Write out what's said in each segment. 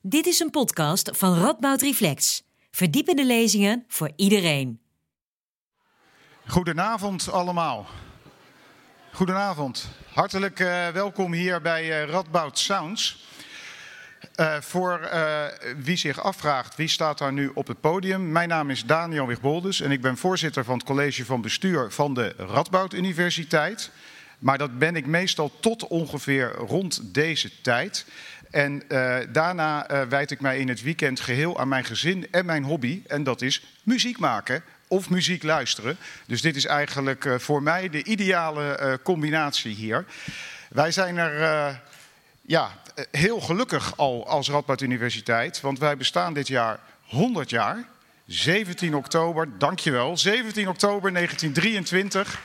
Dit is een podcast van Radboud Reflex. Verdiepende lezingen voor iedereen. Goedenavond allemaal. Goedenavond. Hartelijk welkom hier bij Radboud Sounds. Voor wie zich afvraagt wie staat daar nu op het podium. Mijn naam is Daniel Wigboldus en ik ben voorzitter van het college van bestuur van de Radboud Universiteit. Maar dat ben ik meestal tot ongeveer rond deze tijd. En daarna wijd ik mij in het weekend geheel aan mijn gezin en mijn hobby. En dat is muziek maken of muziek luisteren. Dus dit is eigenlijk voor mij de ideale combinatie hier. Wij zijn er heel gelukkig al als Radboud Universiteit. Want wij bestaan dit jaar 100 jaar. 17 oktober, dankjewel. 17 oktober 1923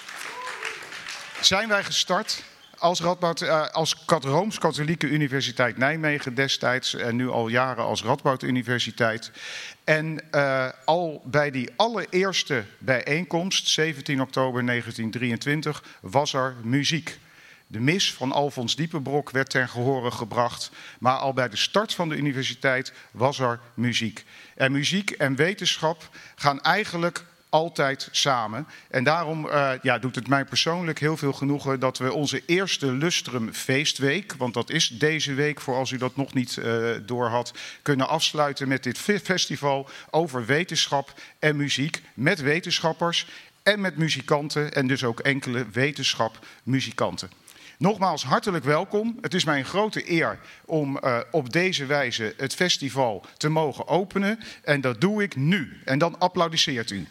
zijn wij gestart als Radboud, als Rooms-Katholieke Universiteit Nijmegen destijds en nu al jaren als Radboud Universiteit. En al bij die allereerste bijeenkomst, 17 oktober 1923, was er muziek. De mis van Alfons Diepenbrok werd ten gehore gebracht, maar al bij de start van de universiteit was er muziek. En muziek en wetenschap gaan eigenlijk altijd samen. En daarom doet het mij persoonlijk heel veel genoegen dat we onze eerste Lustrum Feestweek, want dat is deze week voor als u dat nog niet doorhad, kunnen afsluiten met dit festival over wetenschap en muziek met wetenschappers en met muzikanten en dus ook enkele wetenschapmuzikanten. Nogmaals hartelijk welkom. Het is mij een grote eer om op deze wijze het festival te mogen openen. En dat doe ik nu. En dan applaudisseert u.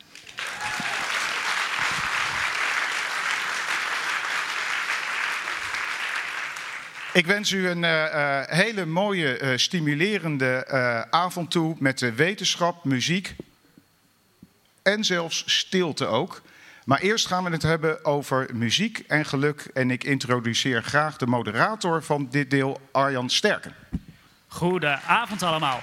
Ik wens u een hele mooie, stimulerende avond toe met wetenschap, muziek en zelfs stilte ook. Maar eerst gaan we het hebben over muziek en geluk. En ik introduceer graag de moderator van dit deel, Arjan Sterken. Goedenavond allemaal.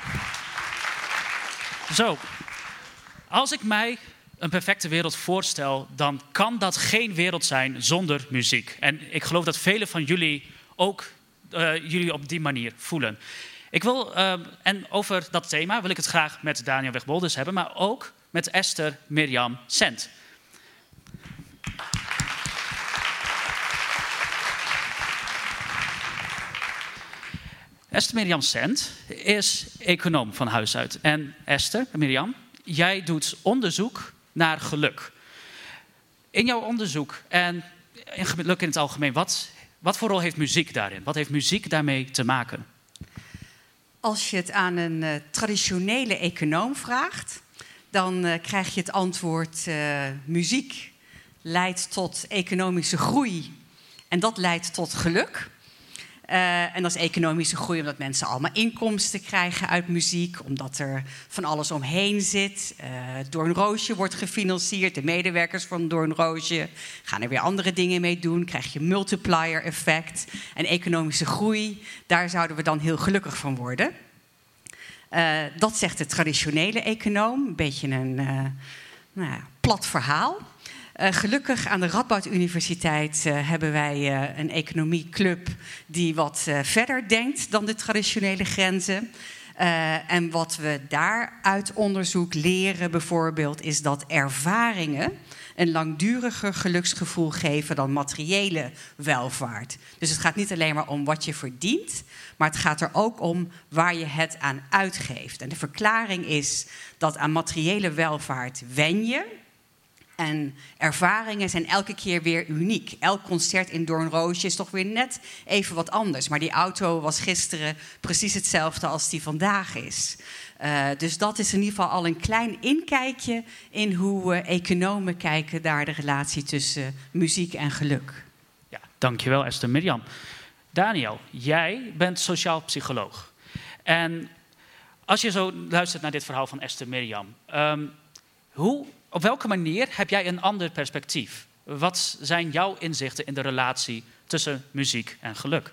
Zo, als ik mij een perfecte wereld voorstel, dan kan dat geen wereld zijn zonder muziek. En ik geloof dat velen van jullie ook jullie op die manier voelen. En over dat thema wil ik het graag met Daniel Wigboldus hebben, maar ook met Esther Mirjam Sent. Esther Mirjam Sent is econoom van huis uit. En Esther, Mirjam, jij doet onderzoek naar geluk. In jouw onderzoek en in geluk in het algemeen, wat voor rol heeft muziek daarin? Wat heeft muziek daarmee te maken? Als je het aan een traditionele econoom vraagt, dan krijg je het antwoord muziek leidt tot economische groei en dat leidt tot geluk. En dat is economische groei omdat mensen allemaal inkomsten krijgen uit muziek, omdat er van alles omheen zit. Doornroosje wordt gefinancierd, de medewerkers van Doornroosje gaan er weer andere dingen mee doen, krijg je multiplier effect. En economische groei, daar zouden we dan heel gelukkig van worden. Dat zegt de traditionele econoom, een beetje een plat verhaal. Gelukkig aan de Radboud Universiteit hebben wij een economieclub die wat verder denkt dan de traditionele grenzen. En wat we daar uit onderzoek leren bijvoorbeeld is dat ervaringen een langduriger geluksgevoel geven dan materiële welvaart. Dus het gaat niet alleen maar om wat je verdient, maar het gaat er ook om waar je het aan uitgeeft. En de verklaring is dat aan materiële welvaart wen je. En ervaringen zijn elke keer weer uniek. Elk concert in Doornroosje is toch weer net even wat anders. Maar die auto was gisteren precies hetzelfde als die vandaag is. Dus dat is in ieder geval al een klein inkijkje in hoe economen kijken naar de relatie tussen muziek en geluk. Ja, dankjewel Esther Mirjam. Daniel, jij bent sociaal psycholoog. En als je zo luistert naar dit verhaal van Esther Mirjam, op welke manier heb jij een ander perspectief? Wat zijn jouw inzichten in de relatie tussen muziek en geluk?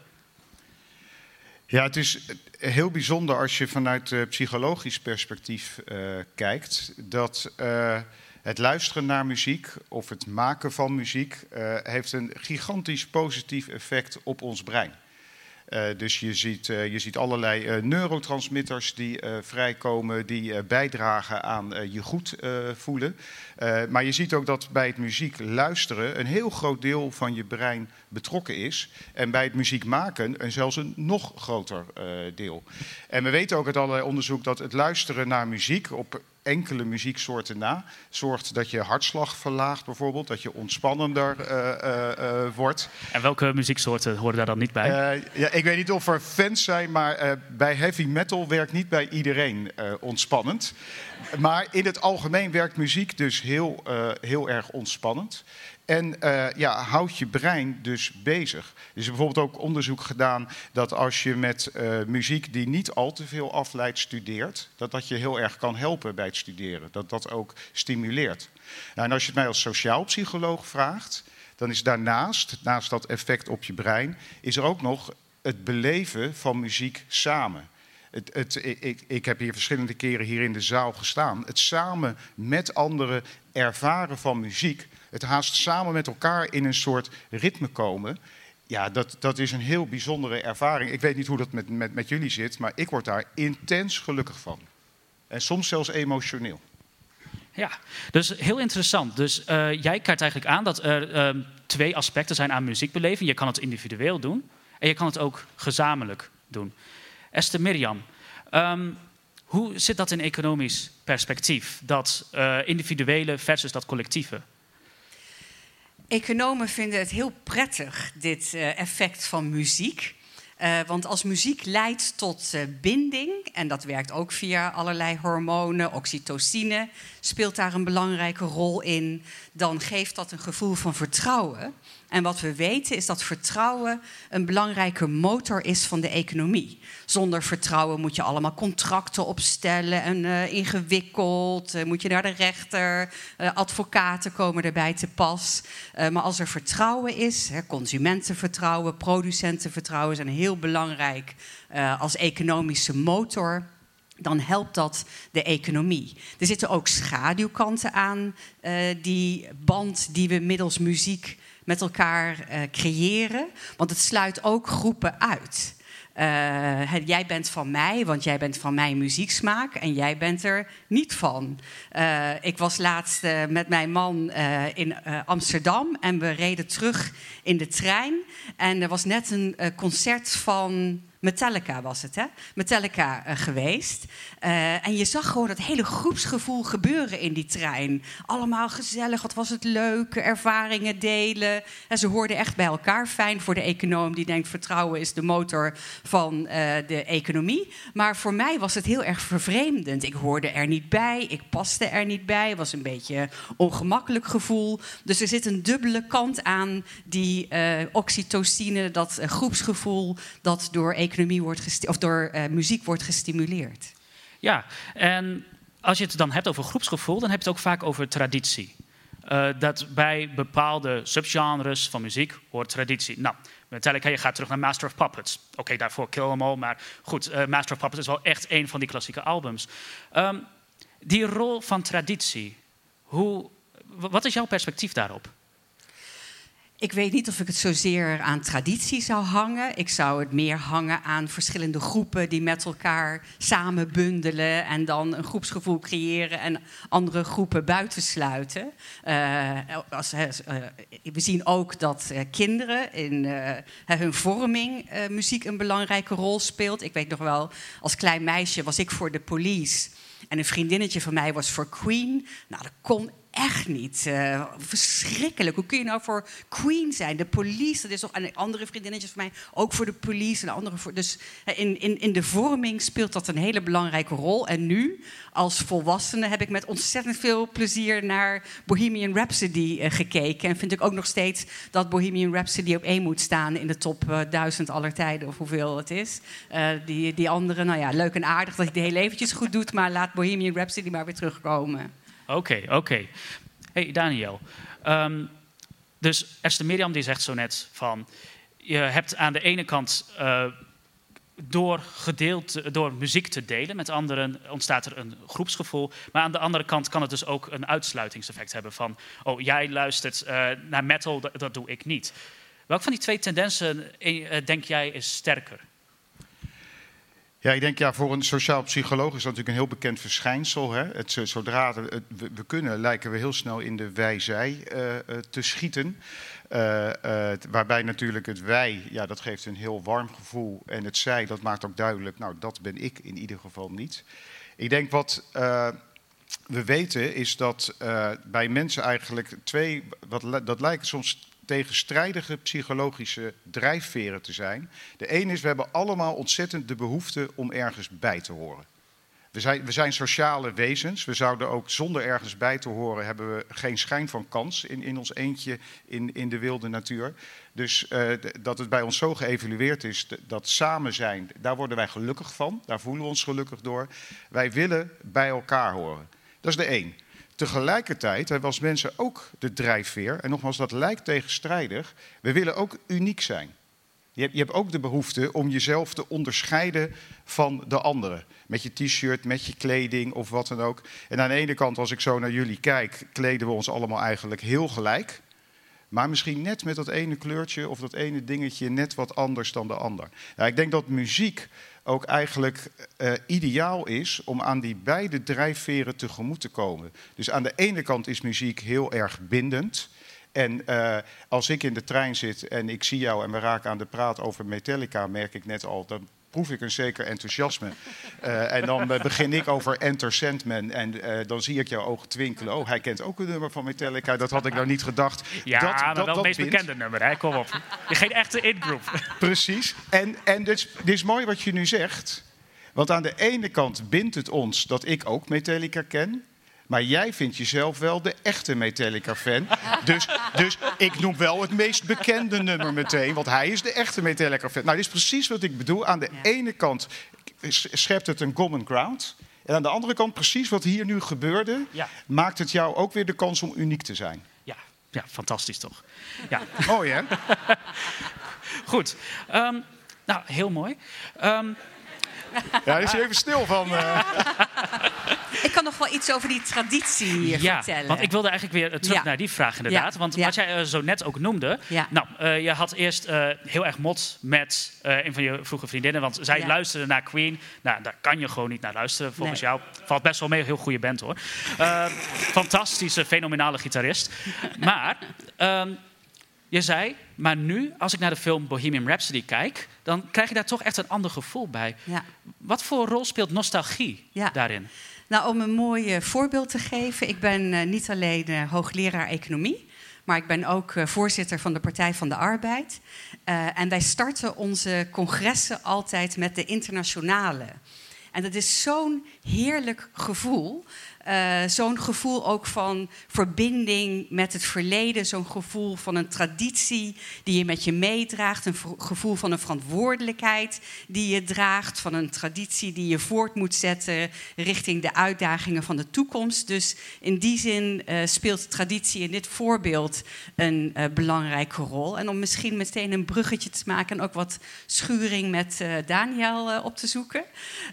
Ja, het is heel bijzonder als je vanuit psychologisch perspectief kijkt, dat het luisteren naar muziek of het maken van muziek heeft een gigantisch positief effect op ons brein. Dus je ziet allerlei neurotransmitters die vrijkomen, die bijdragen aan je goed voelen. Maar je ziet ook dat bij het muziek luisteren een heel groot deel van je brein betrokken is. En bij het muziek maken zelfs een nog groter deel. En we weten ook uit allerlei onderzoek dat het luisteren naar muziek op enkele muzieksoorten na zorgt dat je hartslag verlaagt bijvoorbeeld, dat je ontspannender wordt. En welke muzieksoorten horen daar dan niet bij? Ja, ik weet niet of er fans zijn, maar bij heavy metal werkt niet bij iedereen ontspannend. Maar in het algemeen werkt muziek dus heel erg ontspannend. En houdt je brein dus bezig. Er is bijvoorbeeld ook onderzoek gedaan dat als je met muziek die niet al te veel afleidt studeert, dat je heel erg kan helpen bij het studeren. Dat ook stimuleert. Nou, en als je het mij als sociaal psycholoog vraagt, dan is naast dat effect op je brein, is er ook nog het beleven van muziek samen. Ik heb hier verschillende keren hier in de zaal gestaan. Het samen met anderen ervaren van muziek, het haast samen met elkaar in een soort ritme komen. Ja, dat is een heel bijzondere ervaring. Ik weet niet hoe dat met jullie zit, maar ik word daar intens gelukkig van. En soms zelfs emotioneel. Ja, dus heel interessant. Dus jij kaart eigenlijk aan dat er 2 aspecten zijn aan muziekbeleving. Je kan het individueel doen en je kan het ook gezamenlijk doen. Esther Mirjam, hoe zit dat in economisch perspectief? Dat individuele versus dat collectieve? Economen vinden het heel prettig, dit effect van muziek. Want als muziek leidt tot binding, en dat werkt ook via allerlei hormonen, oxytocine speelt daar een belangrijke rol in, dan geeft dat een gevoel van vertrouwen. En wat we weten is dat vertrouwen een belangrijke motor is van de economie. Zonder vertrouwen moet je allemaal contracten opstellen en ingewikkeld. Moet je naar de rechter, advocaten komen erbij te pas. Maar als er vertrouwen is, consumentenvertrouwen, producentenvertrouwen zijn heel belangrijk als economische motor. Dan helpt dat de economie. Er zitten ook schaduwkanten aan die band die we middels muziek met elkaar creëren. Want het sluit ook groepen uit. Jij bent van mij, want jij bent van mijn muzieksmaak en jij bent er niet van. Ik was laatst met mijn man in Amsterdam en we reden terug in de trein. En er was net een concert van Metallica was het, hè? Metallica geweest. En je zag gewoon dat hele groepsgevoel gebeuren in die trein. Allemaal gezellig, wat was het leuk, ervaringen delen. En ze hoorden echt bij elkaar. Fijn voor de econoom die denkt vertrouwen is de motor van de economie. Maar voor mij was het heel erg vervreemdend. Ik hoorde er niet bij, ik paste er niet bij. Het was een beetje een ongemakkelijk gevoel. Dus er zit een dubbele kant aan die oxytocine, dat groepsgevoel dat door door muziek wordt gestimuleerd. Ja, en als je het dan hebt over groepsgevoel, dan heb je het ook vaak over traditie. Dat bij bepaalde subgenres van muziek hoort traditie. Nou, Metallica, je gaat terug naar Master of Puppets. Oké, daarvoor Kill 'Em All, maar goed, Master of Puppets is wel echt een van die klassieke albums. Die rol van traditie, wat is jouw perspectief daarop? Ik weet niet of ik het zozeer aan traditie zou hangen. Ik zou het meer hangen aan verschillende groepen die met elkaar samen bundelen en dan een groepsgevoel creëren en andere groepen buitensluiten. We zien ook dat kinderen in hun vorming muziek een belangrijke rol speelt. Ik weet nog wel, als klein meisje was ik voor de Police en een vriendinnetje van mij was voor Queen. Nou, dat kon echt niet. Verschrikkelijk. Hoe kun je nou voor Queen zijn? De Police, dat is toch... En andere vriendinnetjes van mij ook voor de Police. En andere voor, dus in de vorming speelt dat een hele belangrijke rol. En nu, als volwassene, heb ik met ontzettend veel plezier naar Bohemian Rhapsody gekeken. En vind ik ook nog steeds dat Bohemian Rhapsody op 1 moet staan in de top 1000 aller tijden, of hoeveel het is. Die andere, nou ja, leuk en aardig dat hij het heel eventjes goed doet, maar laat Bohemian Rhapsody maar weer terugkomen. Oké. Hey Daniel, dus Esther Mirjam die zegt zo net van... je hebt aan de ene kant door muziek te delen met anderen ontstaat er een groepsgevoel. Maar aan de andere kant kan het dus ook een uitsluitingseffect hebben van... oh, jij luistert naar metal, dat doe ik niet. Welk van die twee tendensen denk jij is sterker? Ja, ik denk voor een sociaal psycholoog is dat natuurlijk een heel bekend verschijnsel. Hè? Zodra we kunnen, lijken we heel snel in de wij-zij te schieten. Waarbij natuurlijk het wij, dat geeft een heel warm gevoel. En het zij, dat maakt ook duidelijk, nou, dat ben ik in ieder geval niet. Ik denk wat we weten is dat bij mensen eigenlijk dat lijken soms tegenstrijdige psychologische drijfveren te zijn. De ene is, we hebben allemaal ontzettend de behoefte om ergens bij te horen. We zijn sociale wezens. We zouden ook zonder ergens bij te horen, hebben we geen schijn van kans in ons eentje in de wilde natuur. Dus dat het bij ons zo geëvalueerd is, dat samen zijn, daar worden wij gelukkig van. Daar voelen we ons gelukkig door. Wij willen bij elkaar horen. Dat is de één. Tegelijkertijd hebben we als mensen ook de drijfveer, en nogmaals, dat lijkt tegenstrijdig, we willen ook uniek zijn. Je hebt ook de behoefte om jezelf te onderscheiden van de anderen. Met je t-shirt, met je kleding of wat dan ook. En aan de ene kant, als ik zo naar jullie kijk, kleden we ons allemaal eigenlijk heel gelijk. Maar misschien net met dat ene kleurtje of dat ene dingetje net wat anders dan de ander. Nou, ik denk dat muziek ook eigenlijk ideaal is om aan die beide drijfveren tegemoet te komen. Dus aan de ene kant is muziek heel erg bindend. En als ik in de trein zit en ik zie jou en we raken aan de praat over Metallica, merk ik net al, dan proef ik een zeker enthousiasme. En dan begin ik over Enter Sandman en dan zie ik jouw ogen twinkelen. Oh, hij kent ook een nummer van Metallica, dat had ik nou niet gedacht. Ja, maar wel het meest bekende nummer, hè? Kom op. Geen echte in-groep. Precies. En dit is mooi wat je nu zegt. Want aan de ene kant bindt het ons dat ik ook Metallica ken. Maar jij vindt jezelf wel de echte Metallica-fan. Dus ik noem wel het meest bekende nummer meteen. Want hij is de echte Metallica-fan. Nou, dit is precies wat ik bedoel. Aan de ene kant schept het een common ground. En aan de andere kant, precies wat hier nu gebeurde, maakt het jou ook weer de kans om uniek te zijn. Ja, fantastisch toch? Ja. Mooi, hè? Goed. Nou, heel mooi. Ja, is hij even stil van. Ik kan nog wel iets over die traditie vertellen. Want ik wilde eigenlijk weer terug naar die vraag inderdaad. Ja. Want wat jij zo net ook noemde. Ja. Nou, je had eerst heel erg mot met een van je vroege vriendinnen. Want zij luisterde naar Queen. Nou, daar kan je gewoon niet naar luisteren volgens jou. Valt best wel mee, heel goede band hoor. Fantastische, fenomenale gitarist. Maar je zei, maar nu, als ik naar de film Bohemian Rhapsody kijk, dan krijg je daar toch echt een ander gevoel bij. Ja. Wat voor rol speelt nostalgie daarin? Nou, om een mooi voorbeeld te geven. Ik ben niet alleen hoogleraar economie, maar ik ben ook voorzitter van de Partij van de Arbeid. En wij starten onze congressen altijd met de internationale. En dat is zo'n heerlijk gevoel. Zo'n gevoel ook van verbinding met het verleden. Zo'n gevoel van een traditie die je met je meedraagt. Een gevoel van een verantwoordelijkheid die je draagt. Van een traditie die je voort moet zetten richting de uitdagingen van de toekomst. Dus in die zin speelt traditie in dit voorbeeld een belangrijke rol. En om misschien meteen een bruggetje te maken en ook wat schuring met Daniel op te zoeken.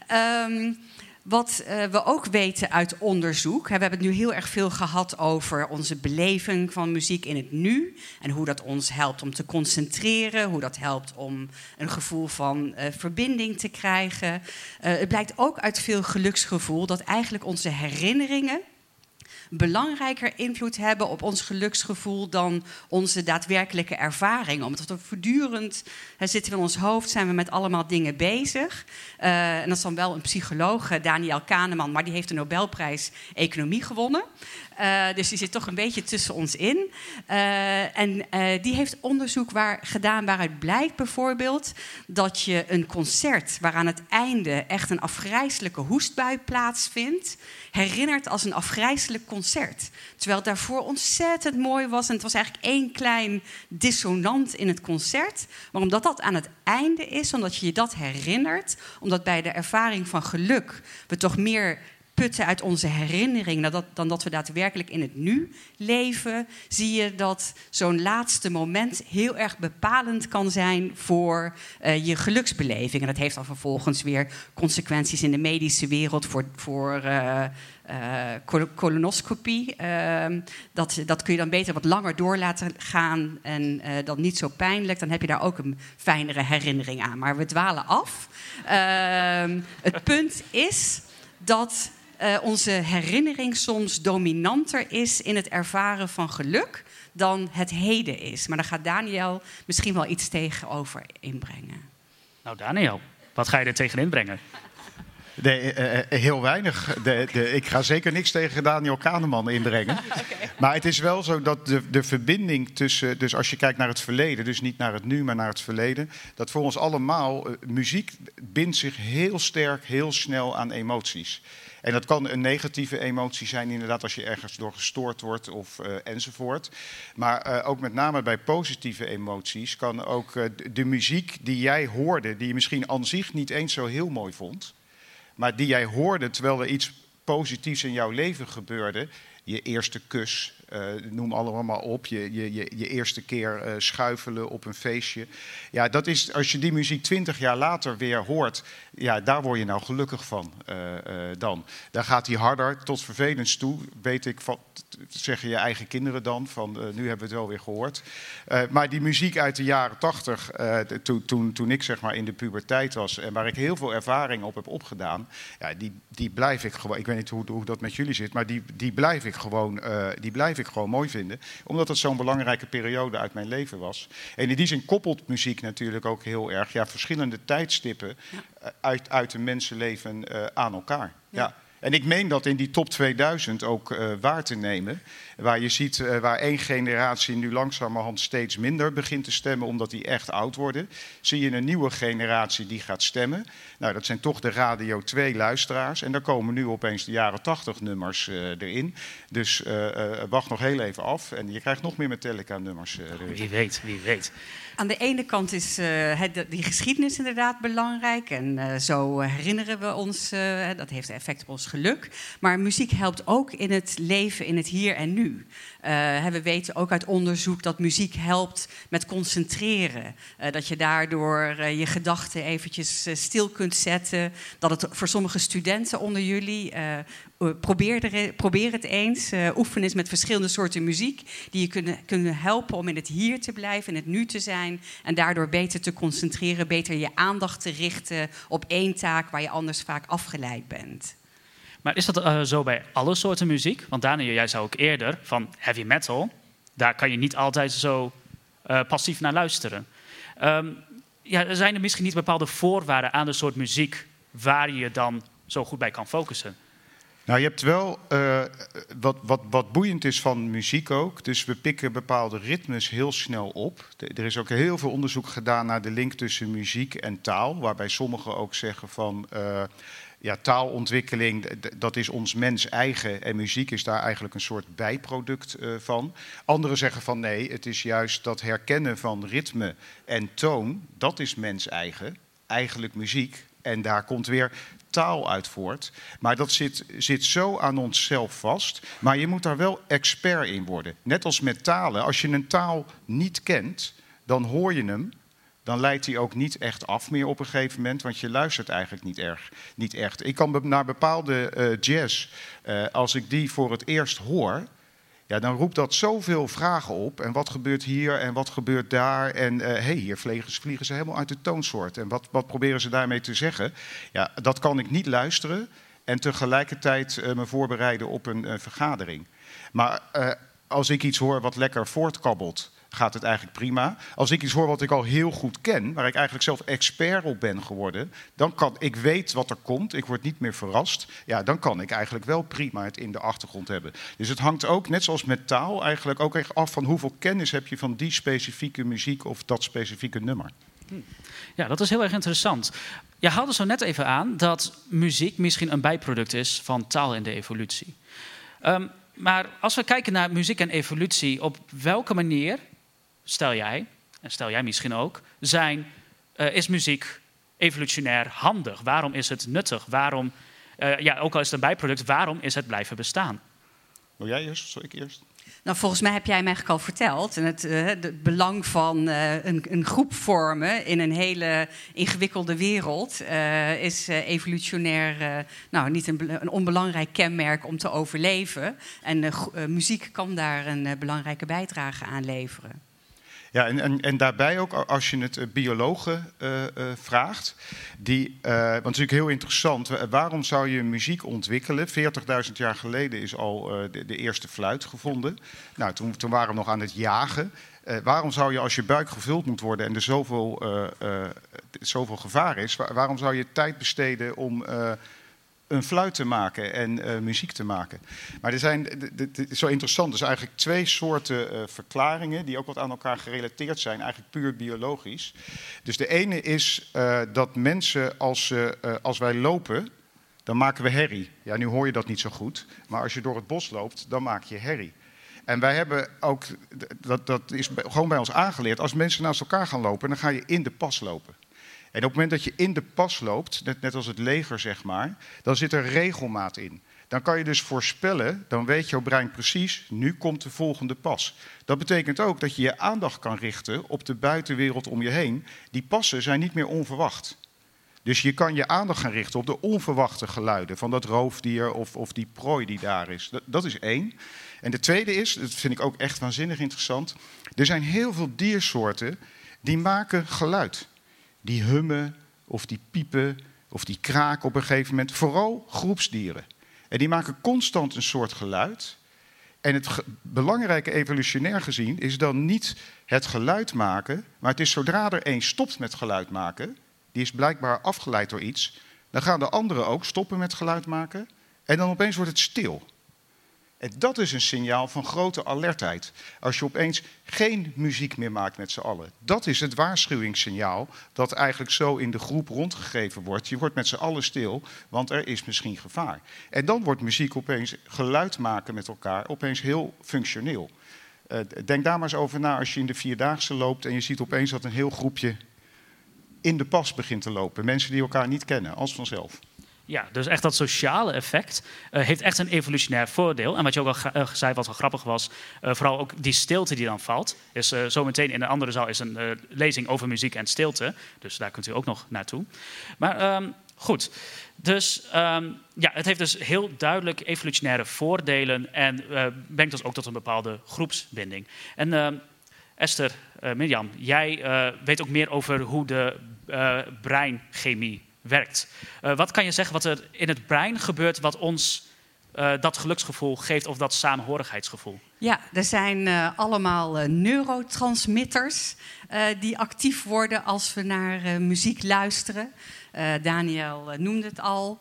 Wat we ook weten uit onderzoek. We hebben het nu heel erg veel gehad over onze beleving van muziek in het nu. En hoe dat ons helpt om te concentreren. Hoe dat helpt om een gevoel van verbinding te krijgen. Het blijkt ook uit veel geluksgevoel dat eigenlijk onze herinneringen belangrijker invloed hebben op ons geluksgevoel dan onze daadwerkelijke ervaringen. Omdat we voortdurend zitten we in ons hoofd, zijn we met allemaal dingen bezig. En dat is dan wel een psycholoog, Daniel Kahneman, maar die heeft de Nobelprijs Economie gewonnen. Dus die zit toch een beetje tussen ons in. En die heeft onderzoek gedaan waaruit blijkt bijvoorbeeld dat je een concert waar aan het einde echt een afgrijselijke hoestbui plaatsvindt, herinnert als een afgrijselijk concert. Terwijl het daarvoor ontzettend mooi was en het was eigenlijk één klein dissonant in het concert. Maar omdat dat aan het einde is, omdat je dat herinnert, omdat bij de ervaring van geluk we toch meer uitputten uit onze herinnering dan dat we daadwerkelijk in het nu leven, zie je dat zo'n laatste moment heel erg bepalend kan zijn voor je geluksbeleving. En dat heeft dan vervolgens weer consequenties in de medische wereld voor colonoscopie. Dat kun je dan beter wat langer door laten gaan en dan niet zo pijnlijk. Dan heb je daar ook een fijnere herinnering aan. Maar we dwalen af. Het punt is dat onze herinnering soms dominanter is in het ervaren van geluk dan het heden is. Maar daar gaat Daniel misschien wel iets tegenover inbrengen. Nou, Daniel, wat ga je er tegen inbrengen? Nee, heel weinig. Ik ga zeker niks tegen Daniel Kahneman inbrengen. Okay. Maar het is wel zo dat de verbinding tussen... Dus als je kijkt naar het verleden, dus niet naar het nu, maar naar het verleden... dat voor ons allemaal, muziek bindt zich heel sterk, heel snel aan emoties. En dat kan een negatieve emotie zijn, inderdaad, als je ergens door gestoord wordt of enzovoort. Maar ook met name bij positieve emoties kan ook de muziek die jij hoorde... die je misschien aan zich niet eens zo heel mooi vond... maar die jij hoorde terwijl er iets positiefs in jouw leven gebeurde. Je eerste kus, noem allemaal op. Je eerste keer schuifelen op een feestje. Ja, dat is, als je die muziek 20 jaar later weer hoort... ja, daar word je nou gelukkig van dan. Dan gaat die harder tot vervelends toe. Weet ik, zeggen je eigen kinderen dan, van nu hebben we het wel weer gehoord. Maar die muziek uit de jaren 80, toen ik zeg maar in de puberteit was... en waar ik heel veel ervaring op heb opgedaan... ja, die blijf ik gewoon, ik weet niet hoe dat met jullie zit... maar die blijf ik gewoon mooi vinden. Omdat het zo'n belangrijke periode uit mijn leven was. En in die zin koppelt muziek natuurlijk ook heel erg... ja, verschillende tijdstippen uit een mensenleven aan elkaar. Ja. En ik meen dat in die top 2000 ook waar te nemen. Waar je ziet waar één generatie nu langzamerhand steeds minder begint te stemmen... omdat die echt oud worden. Zie je een nieuwe generatie die gaat stemmen. Nou, dat zijn toch de Radio 2-luisteraars. En daar komen nu opeens de jaren 80-nummers erin. Dus wacht nog heel even af. En je krijgt nog meer Metallica-nummers erin. Wie weet. Aan de ene kant is die geschiedenis inderdaad belangrijk. En zo herinneren we ons, dat heeft effect op ons geluk. Maar muziek helpt ook in het leven, in het hier en nu. We weten ook uit onderzoek dat muziek helpt met concentreren. Dat je daardoor je gedachten eventjes stil kunt zetten. Dat het voor sommige studenten onder jullie... Probeer het eens. Oefen eens met verschillende soorten muziek... die je kunnen helpen om in het hier te blijven, in het nu te zijn... en daardoor beter te concentreren, beter je aandacht te richten... op één taak waar je anders vaak afgeleid bent. Maar is dat zo bij alle soorten muziek? Want Daniel, jij zou ook eerder van heavy metal... daar kan je niet altijd zo passief naar luisteren. Zijn er misschien niet bepaalde voorwaarden aan de soort muziek... waar je je dan zo goed bij kan focussen? Nou, je hebt wel wat boeiend is van muziek ook. Dus we pikken bepaalde ritmes heel snel op. Er is ook heel veel onderzoek gedaan naar de link tussen muziek en taal. Waarbij sommigen ook zeggen van... taalontwikkeling, dat is ons mens eigen en muziek is daar eigenlijk een soort bijproduct van. Anderen zeggen van nee, het is juist dat herkennen van ritme en toon, dat is mens eigen, eigenlijk muziek. En daar komt weer taal uit voort. Maar dat zit zo aan onszelf vast. Maar je moet daar wel expert in worden. Net als met talen, als je een taal niet kent, dan hoor je hem... dan leidt hij ook niet echt af meer op een gegeven moment... want je luistert eigenlijk niet echt. Ik kan naar bepaalde jazz, als ik die voor het eerst hoor... ja, dan roept dat zoveel vragen op. En wat gebeurt hier en wat gebeurt daar? En hier vliegen ze helemaal uit de toonsoort. En wat proberen ze daarmee te zeggen? Ja, dat kan ik niet luisteren... en tegelijkertijd me voorbereiden op een vergadering. Maar als ik iets hoor wat lekker voortkabbelt... gaat het eigenlijk prima. Als ik iets hoor wat ik al heel goed ken... waar ik eigenlijk zelf expert op ben geworden... dan kan ik weet wat er komt, ik word niet meer verrast... ja, dan kan ik eigenlijk wel prima het in de achtergrond hebben. Dus het hangt ook, net zoals met taal... eigenlijk ook echt af van hoeveel kennis heb je... van die specifieke muziek of dat specifieke nummer. Ja, dat is heel erg interessant. Je haalde zo net even aan dat muziek misschien een bijproduct is... van taal in de evolutie. Maar als we kijken naar muziek en evolutie... op welke manier... stel jij misschien ook, is muziek evolutionair handig? Waarom is het nuttig? Waarom ook al is het een bijproduct, waarom is het blijven bestaan? Wil jij eerst of zal ik eerst? Nou, volgens mij heb jij hem eigenlijk al verteld. En het belang van een groep vormen in een hele ingewikkelde wereld is evolutionair niet een onbelangrijk kenmerk om te overleven. En muziek kan daar een belangrijke bijdrage aan leveren. Ja, en daarbij ook, als je het biologen vraagt, want natuurlijk heel interessant, waarom zou je muziek ontwikkelen? 40.000 jaar geleden is al de eerste fluit gevonden. Nou, toen waren we nog aan het jagen. Waarom zou je, als je buik gevuld moet worden en er zoveel gevaar is, waarom zou je tijd besteden om een fluit te maken en muziek te maken? Maar het is zo interessant. Er zijn eigenlijk twee soorten verklaringen die ook wat aan elkaar gerelateerd zijn, eigenlijk puur biologisch. Dus de ene is dat mensen, als wij lopen, dan maken we herrie. Ja, nu hoor je dat niet zo goed, maar als je door het bos loopt, dan maak je herrie. En wij hebben ook, dat is gewoon bij ons aangeleerd, als mensen naast elkaar gaan lopen, dan ga je in de pas lopen. En op het moment dat je in de pas loopt, net als het leger zeg maar, dan zit er regelmaat in. Dan kan je dus voorspellen, dan weet jouw brein precies, nu komt de volgende pas. Dat betekent ook dat je je aandacht kan richten op de buitenwereld om je heen. Die passen zijn niet meer onverwacht. Dus je kan je aandacht gaan richten op de onverwachte geluiden van dat roofdier of die prooi die daar is. Dat is één. En de tweede is, dat vind ik ook echt waanzinnig interessant, er zijn heel veel diersoorten die maken geluid. Die hummen, of die piepen, of die kraken op een gegeven moment. Vooral groepsdieren. En die maken constant een soort geluid. En het belangrijke evolutionair gezien is dan niet het geluid maken, maar het is zodra er één stopt met geluid maken, die is blijkbaar afgeleid door iets, dan gaan de anderen ook stoppen met geluid maken en dan opeens wordt het stil. En dat is een signaal van grote alertheid. Als je opeens geen muziek meer maakt met z'n allen. Dat is het waarschuwingssignaal dat eigenlijk zo in de groep rondgegeven wordt. Je wordt met z'n allen stil, want er is misschien gevaar. En dan wordt muziek opeens, geluid maken met elkaar, opeens heel functioneel. Denk daar maar eens over na als je in de Vierdaagse loopt en je ziet opeens dat een heel groepje in de pas begint te lopen. Mensen die elkaar niet kennen, als vanzelf. Ja, dus echt dat sociale effect heeft echt een evolutionair voordeel. En wat je ook al zei, wat wel grappig was, vooral ook die stilte die dan valt. Is zometeen in een andere zaal is een lezing over muziek en stilte. Dus daar kunt u ook nog naartoe. Maar goed, dus het heeft dus heel duidelijk evolutionaire voordelen en brengt dus ook tot een bepaalde groepsbinding. En Esther, Mirjam, jij weet ook meer over hoe de breinchemie werkt. Wat kan je zeggen wat er in het brein gebeurt wat ons dat geluksgevoel geeft of dat samenhorigheidsgevoel? Ja, er zijn allemaal neurotransmitters die actief worden als we naar muziek luisteren. Daniel noemde het al.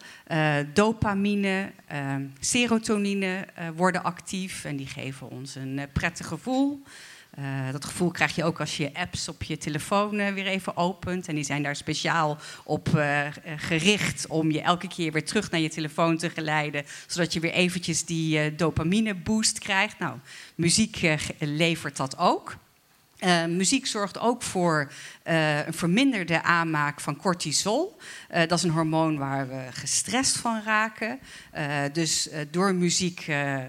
Dopamine, serotonine worden actief en die geven ons een prettig gevoel. Dat gevoel krijg je ook als je apps op je telefoon weer even opent. En die zijn daar speciaal op gericht om je elke keer weer terug naar je telefoon te geleiden. Zodat je weer eventjes die dopamine boost krijgt. Nou, muziek levert dat ook. Muziek zorgt ook voor een verminderde aanmaak van cortisol. Dat is een hormoon waar we gestrest van raken. Dus door muziek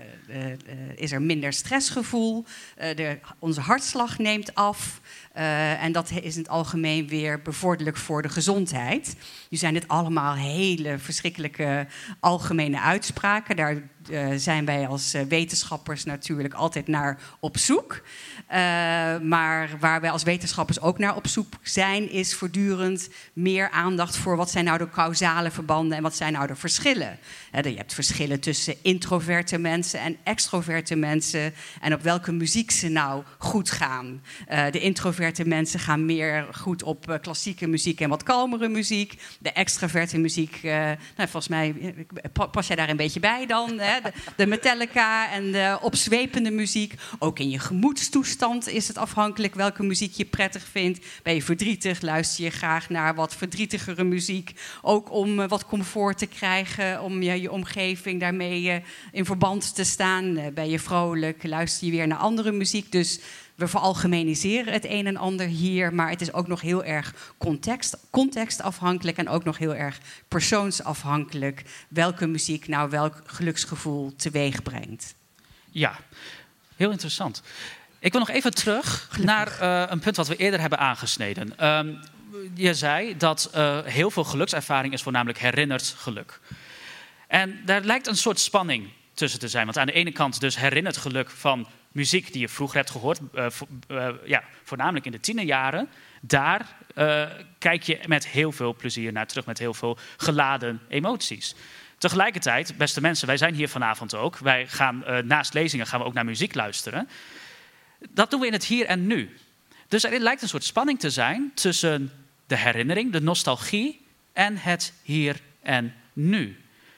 is er minder stressgevoel. Onze hartslag neemt af. En dat is in het algemeen weer bevorderlijk voor de gezondheid. Nu zijn dit allemaal hele verschrikkelijke algemene uitspraken. Daar zijn wij als wetenschappers natuurlijk altijd naar op zoek. Maar waar wij als wetenschappers ook naar op zoek zijn, is voortdurend meer aandacht voor wat zijn nou de causale verbanden en wat zijn nou de verschillen. Je hebt verschillen tussen introverte mensen en extroverte mensen en op welke muziek ze nou goed gaan. De introverte mensen gaan meer goed op klassieke muziek en wat kalmere muziek. De extraverte muziek, volgens mij pas jij daar een beetje bij dan. Hè? De Metallica en de opzwepende muziek. Ook in je gemoedstoestand is het afhankelijk welke muziek je prettig vindt. Ben je verdrietig, luister je graag naar wat verdrietigere muziek. Ook om wat comfort te krijgen, om je omgeving daarmee in verband te staan. Ben je vrolijk, luister je weer naar andere muziek. Dus we veralgemeniseren het een en ander hier, maar het is ook nog heel erg contextafhankelijk en ook nog heel erg persoonsafhankelijk welke muziek nou welk geluksgevoel teweeg brengt. Ja, heel interessant. Ik wil nog even terug naar een punt wat we eerder hebben aangesneden. Je zei dat heel veel gelukservaring is voornamelijk herinnerd geluk. En daar lijkt een soort spanning tussen te zijn. Want aan de ene kant dus herinnerd geluk van muziek die je vroeger hebt gehoord. Voornamelijk in de tienerjaren. Daar kijk je met heel veel plezier naar terug. Met heel veel geladen emoties. Tegelijkertijd, beste mensen, wij zijn hier vanavond ook. Wij gaan naast lezingen gaan we ook naar muziek luisteren. Dat doen we in het hier en nu. Dus er lijkt een soort spanning te zijn tussen de herinnering, de nostalgie en het hier en nu.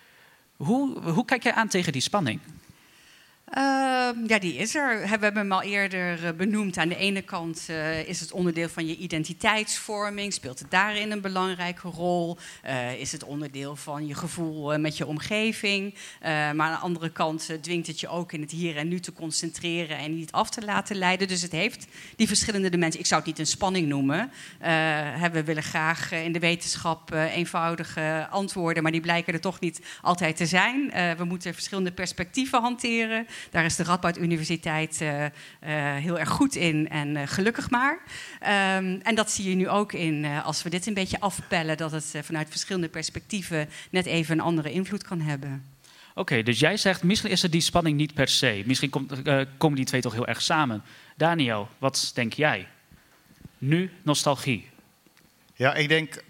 Hoe kijk jij aan tegen die spanning? Ja, die is er. We hebben hem al eerder benoemd. Aan de ene kant is het onderdeel van je identiteitsvorming. Speelt het daarin een belangrijke rol? Is het onderdeel van je gevoel met je omgeving? Maar aan de andere kant dwingt het je ook in het hier en nu te concentreren en niet af te laten leiden. Dus het heeft die verschillende dimensies. Ik zou het niet een spanning noemen. We willen graag in de wetenschap eenvoudige antwoorden, maar die blijken er toch niet altijd te zijn. We moeten verschillende perspectieven hanteren. Daar is de Radboud Universiteit heel erg goed in en gelukkig maar. En dat zie je nu ook in, als we dit een beetje afpellen, dat het vanuit verschillende perspectieven net even een andere invloed kan hebben. Oké, dus jij zegt, misschien is er die spanning niet per se. Misschien komen die twee toch heel erg samen. Daniel, wat denk jij? Nu nostalgie. Ja, ik denk,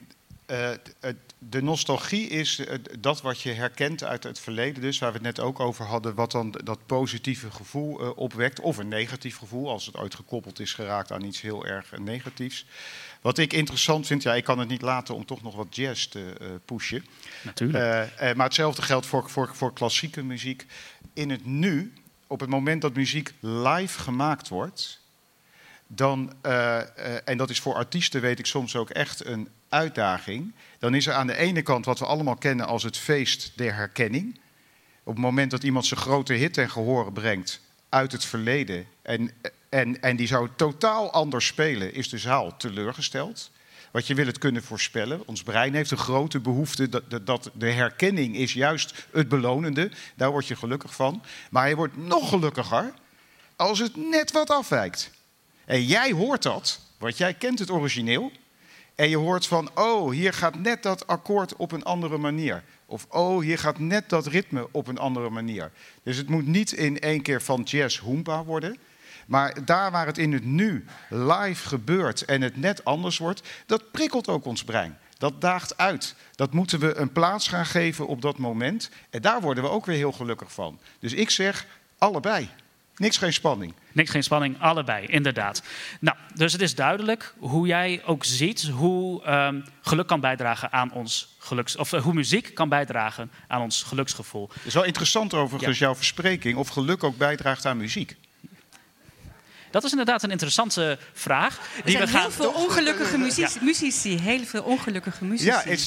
de nostalgie is dat wat je herkent uit het verleden, dus waar we het net ook over hadden, wat dan dat positieve gevoel opwekt, of een negatief gevoel, als het ooit gekoppeld is geraakt aan iets heel erg negatiefs. Wat ik interessant vind, ja, ik kan het niet laten om toch nog wat jazz te pushen. Natuurlijk. Maar hetzelfde geldt voor klassieke muziek. In het nu, op het moment dat muziek live gemaakt wordt, dan, en dat is voor artiesten, weet ik soms ook echt een uitdaging. Dan is er aan de ene kant wat we allemaal kennen als het feest der herkenning. Op het moment dat iemand zijn grote hit ten gehore brengt uit het verleden en die zou totaal anders spelen, is de zaal teleurgesteld. Want je wil het kunnen voorspellen. Ons brein heeft een grote behoefte dat de herkenning is juist het belonende. Daar word je gelukkig van. Maar je wordt nog gelukkiger als het net wat afwijkt. En jij hoort dat, want jij kent het origineel. En je hoort van, oh, hier gaat net dat akkoord op een andere manier. Of, oh, hier gaat net dat ritme op een andere manier. Dus het moet niet in één keer van jazz hoompa worden. Maar daar waar het in het nu live gebeurt en het net anders wordt, dat prikkelt ook ons brein. Dat daagt uit. Dat moeten we een plaats gaan geven op dat moment. En daar worden we ook weer heel gelukkig van. Dus ik zeg, allebei. Niks, geen spanning. Niks, geen spanning, allebei, inderdaad. Nou, dus het is duidelijk hoe jij ook ziet hoe geluk kan bijdragen aan ons hoe muziek kan bijdragen aan ons geluksgevoel. Het is wel interessant overigens, jouw verspreking, of geluk ook bijdraagt aan muziek. Dat is inderdaad een interessante vraag. Er zijn heel veel ongelukkige muzici. Heel veel ongelukkige muzici.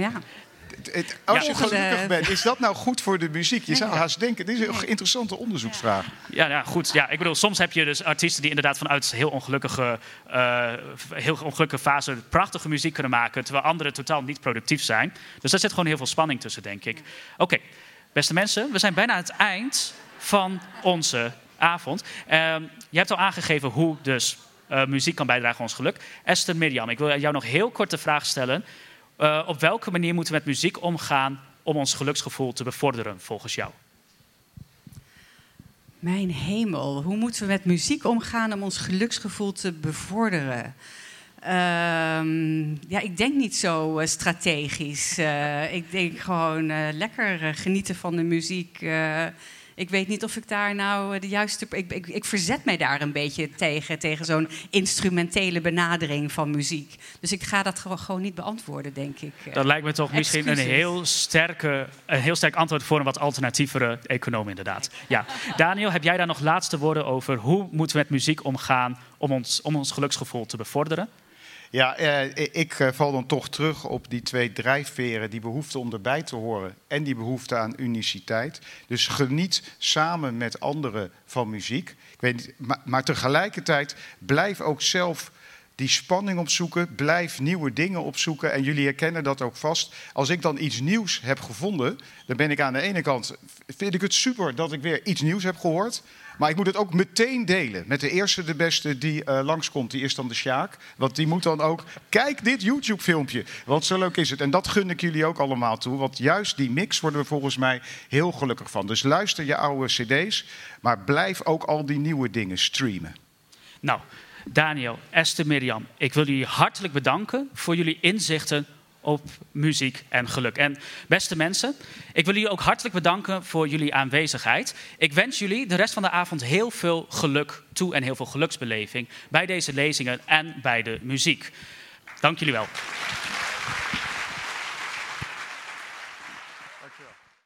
Als je gelukkig bent, is dat nou goed voor de muziek? Je zou haast denken, dit is een interessante onderzoeksvraag. Ja, goed. Ja, ik bedoel, soms heb je dus artiesten die inderdaad vanuit heel ongelukkige fase prachtige muziek kunnen maken, terwijl anderen totaal niet productief zijn. Dus daar zit gewoon heel veel spanning tussen, denk ik. Oké, beste mensen, we zijn bijna aan het eind van onze avond. Je hebt al aangegeven hoe dus muziek kan bijdragen aan ons geluk. Esther, Mirjam, ik wil jou nog heel kort de vraag stellen. Op welke manier moeten we met muziek omgaan om ons geluksgevoel te bevorderen, volgens jou? Mijn hemel, hoe moeten we met muziek omgaan om ons geluksgevoel te bevorderen? Ik denk niet zo strategisch. Ik denk gewoon lekker genieten van de muziek. Ik weet niet of ik daar nou de juiste... Ik verzet mij daar een beetje tegen zo'n instrumentele benadering van muziek. Dus ik ga dat gewoon niet beantwoorden, denk ik. Dat lijkt me toch misschien een heel sterk antwoord voor een wat alternatievere econoom, inderdaad. Ja. Daniel, heb jij daar nog laatste woorden over? Hoe moeten we met muziek omgaan om ons geluksgevoel te bevorderen? Ja, ik val dan toch terug op die 2 drijfveren. Die behoefte om erbij te horen en die behoefte aan uniciteit. Dus geniet samen met anderen van muziek. Ik weet niet, maar tegelijkertijd blijf ook zelf die spanning opzoeken. Blijf nieuwe dingen opzoeken. En jullie herkennen dat ook vast. Als ik dan iets nieuws heb gevonden, dan ben ik aan de ene kant, vind ik het super dat ik weer iets nieuws heb gehoord. Maar ik moet het ook meteen delen. Met de eerste, de beste die langskomt, die is dan de Sjaak. Want die moet dan ook, kijk dit YouTube-filmpje. Want zo leuk is het. En dat gun ik jullie ook allemaal toe. Want juist die mix worden we volgens mij heel gelukkig van. Dus luister je oude cd's, maar blijf ook al die nieuwe dingen streamen. Nou, Daniel, Esther, Mirjam, ik wil jullie hartelijk bedanken voor jullie inzichten op muziek en geluk. En beste mensen, ik wil jullie ook hartelijk bedanken voor jullie aanwezigheid. Ik wens jullie de rest van de avond heel veel geluk toe en heel veel geluksbeleving bij deze lezingen en bij de muziek. Dank jullie wel.